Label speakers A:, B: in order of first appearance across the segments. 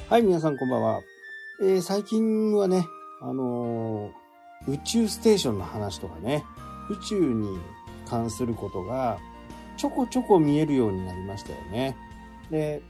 A: はい、皆さんこんばんは。最近はね、宇宙ステーションの話とかね、宇宙に関することがちょこちょこ見えるようになりましたよね。で、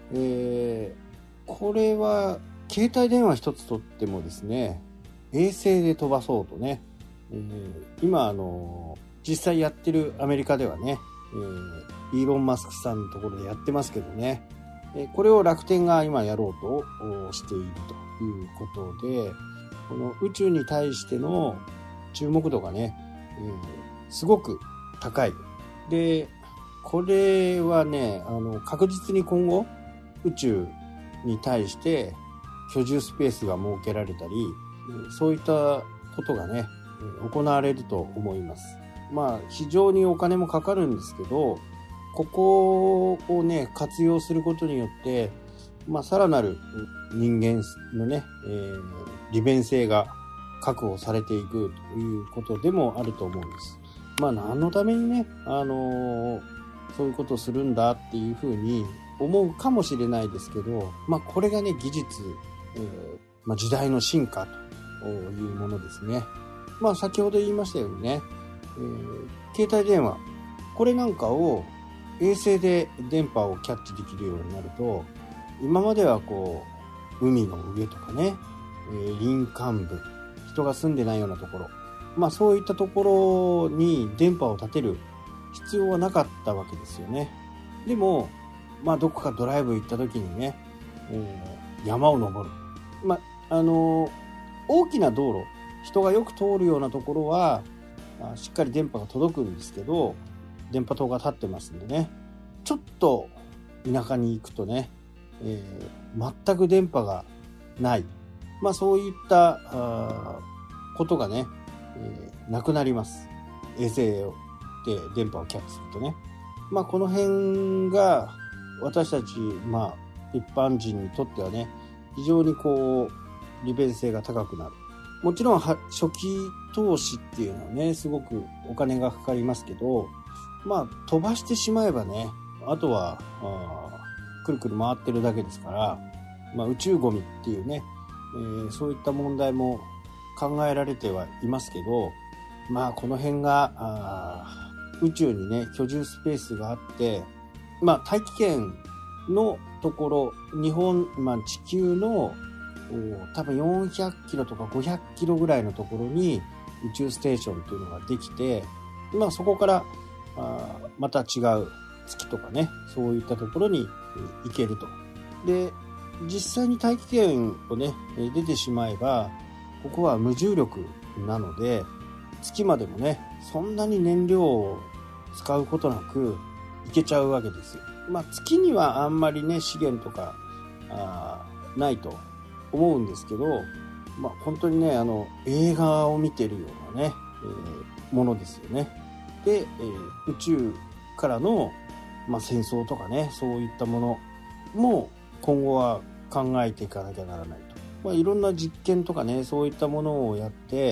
A: これは携帯電話一つとってもですね、衛星で飛ばそうとね、今実際やってるアメリカではね、イーロン・マスクさんのところでやってますけどね、これを楽天が今やろうとしているということで、この宇宙に対しての注目度がね、すごく高い。で、これはね、確実に今後宇宙に対して居住スペースが設けられたり、そういったことがね、行われると思います。まあ、非常にお金もかかるんですけど、ここをね、活用することによって、まあ、さらなる人間のね、利便性が確保されていくということでもあると思うんです。まあ、何のためにね、そういうことをするんだっていうふうに思うかもしれないですけど、まあ、これがね、技術、まあ、時代の進化というものですね。まあ、先ほど言いましたようにね、携帯電話、これなんかを衛星で電波をキャッチできるようになると、今まではこう海の上とかね、林間部、人が住んでないようなところ、まあそういったところに電波を立てる必要はなかったわけですよね。でもまあどこかドライブ行った時にね、山を登る、まあ大きな道路、人がよく通るようなところはしっかり電波が届くんですけど、電波塔が立ってますんでね、ちょっと田舎に行くとね、全く電波がない、まあそういったことがね、なくなります。衛星で電波をキャッチするとね、まあこの辺が私たち、まあ一般人にとってはね、非常にこう利便性が高くなる。もちろん初期投資っていうのはね、すごくお金がかかりますけど、まあ飛ばしてしまえばね、あとはくるくる回ってるだけですから、まあ、宇宙ゴミっていうね、そういった問題も考えられてはいますけど、まあこの辺が宇宙にね居住スペースがあって、まあ大気圏のところ、日本、まあ、地球の多分400キロとか500キロぐらいのところに宇宙ステーションっていうのができて、まあそこからまた違う月とかね、そういったところに行けると。で、実際に大気圏をね出てしまえば、ここは無重力なので、月までもねそんなに燃料を使うことなく行けちゃうわけですよ。まあ月にはあんまりね資源とかないと思うんですけど、まあ本当にね映画を見てるようなね、ものですよね。で、宇宙からの、まあ、戦争とかね、そういったものも今後は考えていかなきゃならないと。まあ、いろんな実験とかね、そういったものをやって、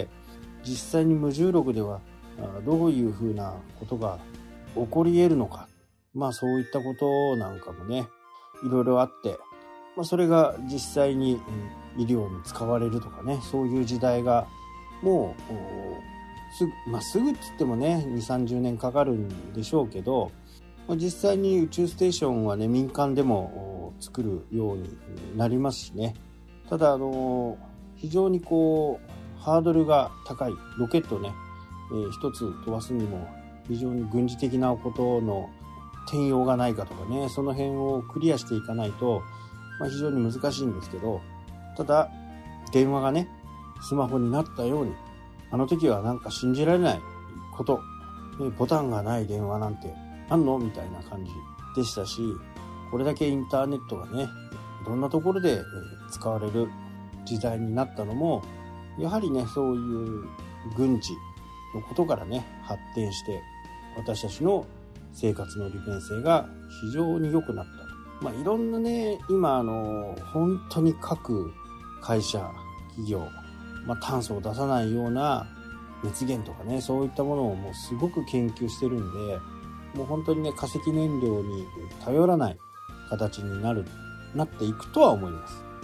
A: 実際に無重力ではどういうふうなことが起こり得るのか。まあそういったことなんかもね、いろいろあって、まあ、それが実際に医療に使われるとかね、そういう時代がもうすぐっつってもね2、30年かかるんでしょうけど、実際に宇宙ステーションはね民間でも作るようになりますしね。ただ非常にこうハードルが高いロケットをね、一つ飛ばすにも非常に軍事的なことの転用がないかとかね、その辺をクリアしていかないと、まあ、非常に難しいんですけど、ただ電話がねスマホになったように、あの時はなんか信じられないこと、ボタンがない電話なんてあんのみたいな感じでしたし、これだけインターネットがねいろんなところで使われる時代になったのも、やはりねそういう軍事のことからね発展して、私たちの生活の利便性が非常に良くなったと。まあいろんなね今本当に各会社企業、まあ、炭素を出さないような熱源とかね、そういったものをもうすごく研究してるんで、もう本当にね化石燃料に頼らない形になっていくとは思います。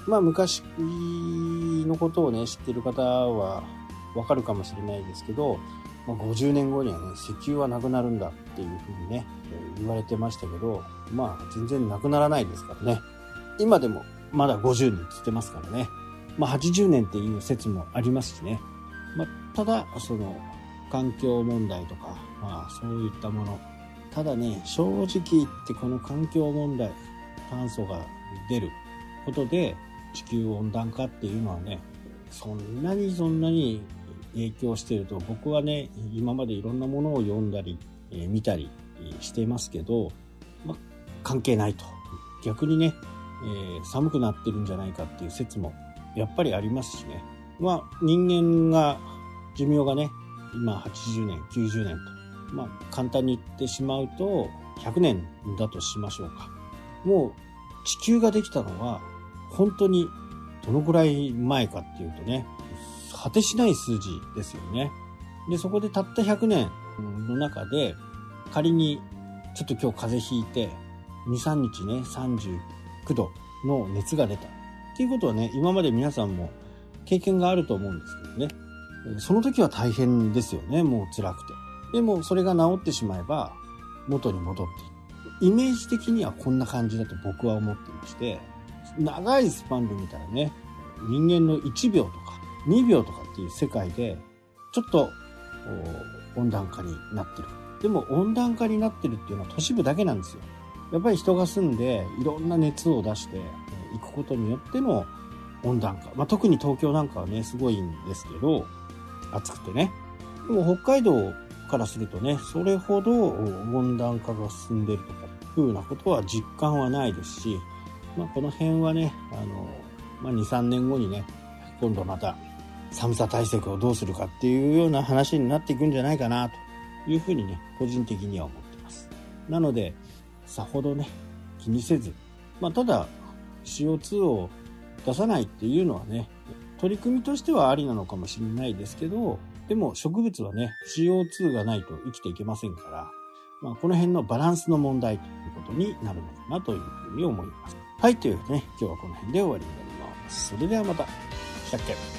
A: 昔のことをね、知ってる方はわかるかもしれないですけど、50年後にはね、石油はなくなるんだっていうふうにね、言われてましたけど、全然なくならないですからね。今でもまだ50年って言ってますからね。80年っていう説もありますしね。ただ、環境問題とか、そういったもの。ただね、正直言ってこの環境問題、炭素が出ることで地球温暖化っていうのはね、そんなに影響していると僕はね、今までいろんなものを読んだり、見たりしていますけど、関係ないと。逆にね、寒くなってるんじゃないかっていう説もやっぱりありますしね。人間が寿命がね、今80年、90年と、簡単に言ってしまうと100年だとしましょうか。もう地球ができたのは本当にどのくらい前かっていうとね、果てしない数字ですよね。で、そこでたった100年の中で、仮にちょっと今日風邪ひいて、2、3日ね、39度の熱が出た。っていうことはね、今まで皆さんも経験があると思うんですけどね。その時は大変ですよね、もう辛くて。でもそれが治ってしまえば元に戻っていく。イメージ的にはこんな感じだと僕は思っていまして、長いスパンで見たらね、人間の1秒とか2秒とかっていう世界でちょっと温暖化になってる。でも温暖化になってるっていうのは都市部だけなんですよ。やっぱり人が住んでいろんな熱を出していくことによっての温暖化。特に東京なんかはね、すごいんですけど、暑くてね。でも北海道からするとね、それほど温暖化が進んでるとかいうふうなことは実感はないですし、この辺はね、2、3年後にね、今度また寒さ対策をどうするかっていうような話になっていくんじゃないかなというふうにね、個人的には思っています。なので、さほどね、気にせず、ただ CO2 を出さないっていうのはね、取り組みとしてはありなのかもしれないですけど、でも植物はね、CO2 がないと生きていけませんから、この辺のバランスの問題ということになるのかなというふうに思います。はい、というわけでね、今日はこの辺で終わりになります。それではまた。したっけ。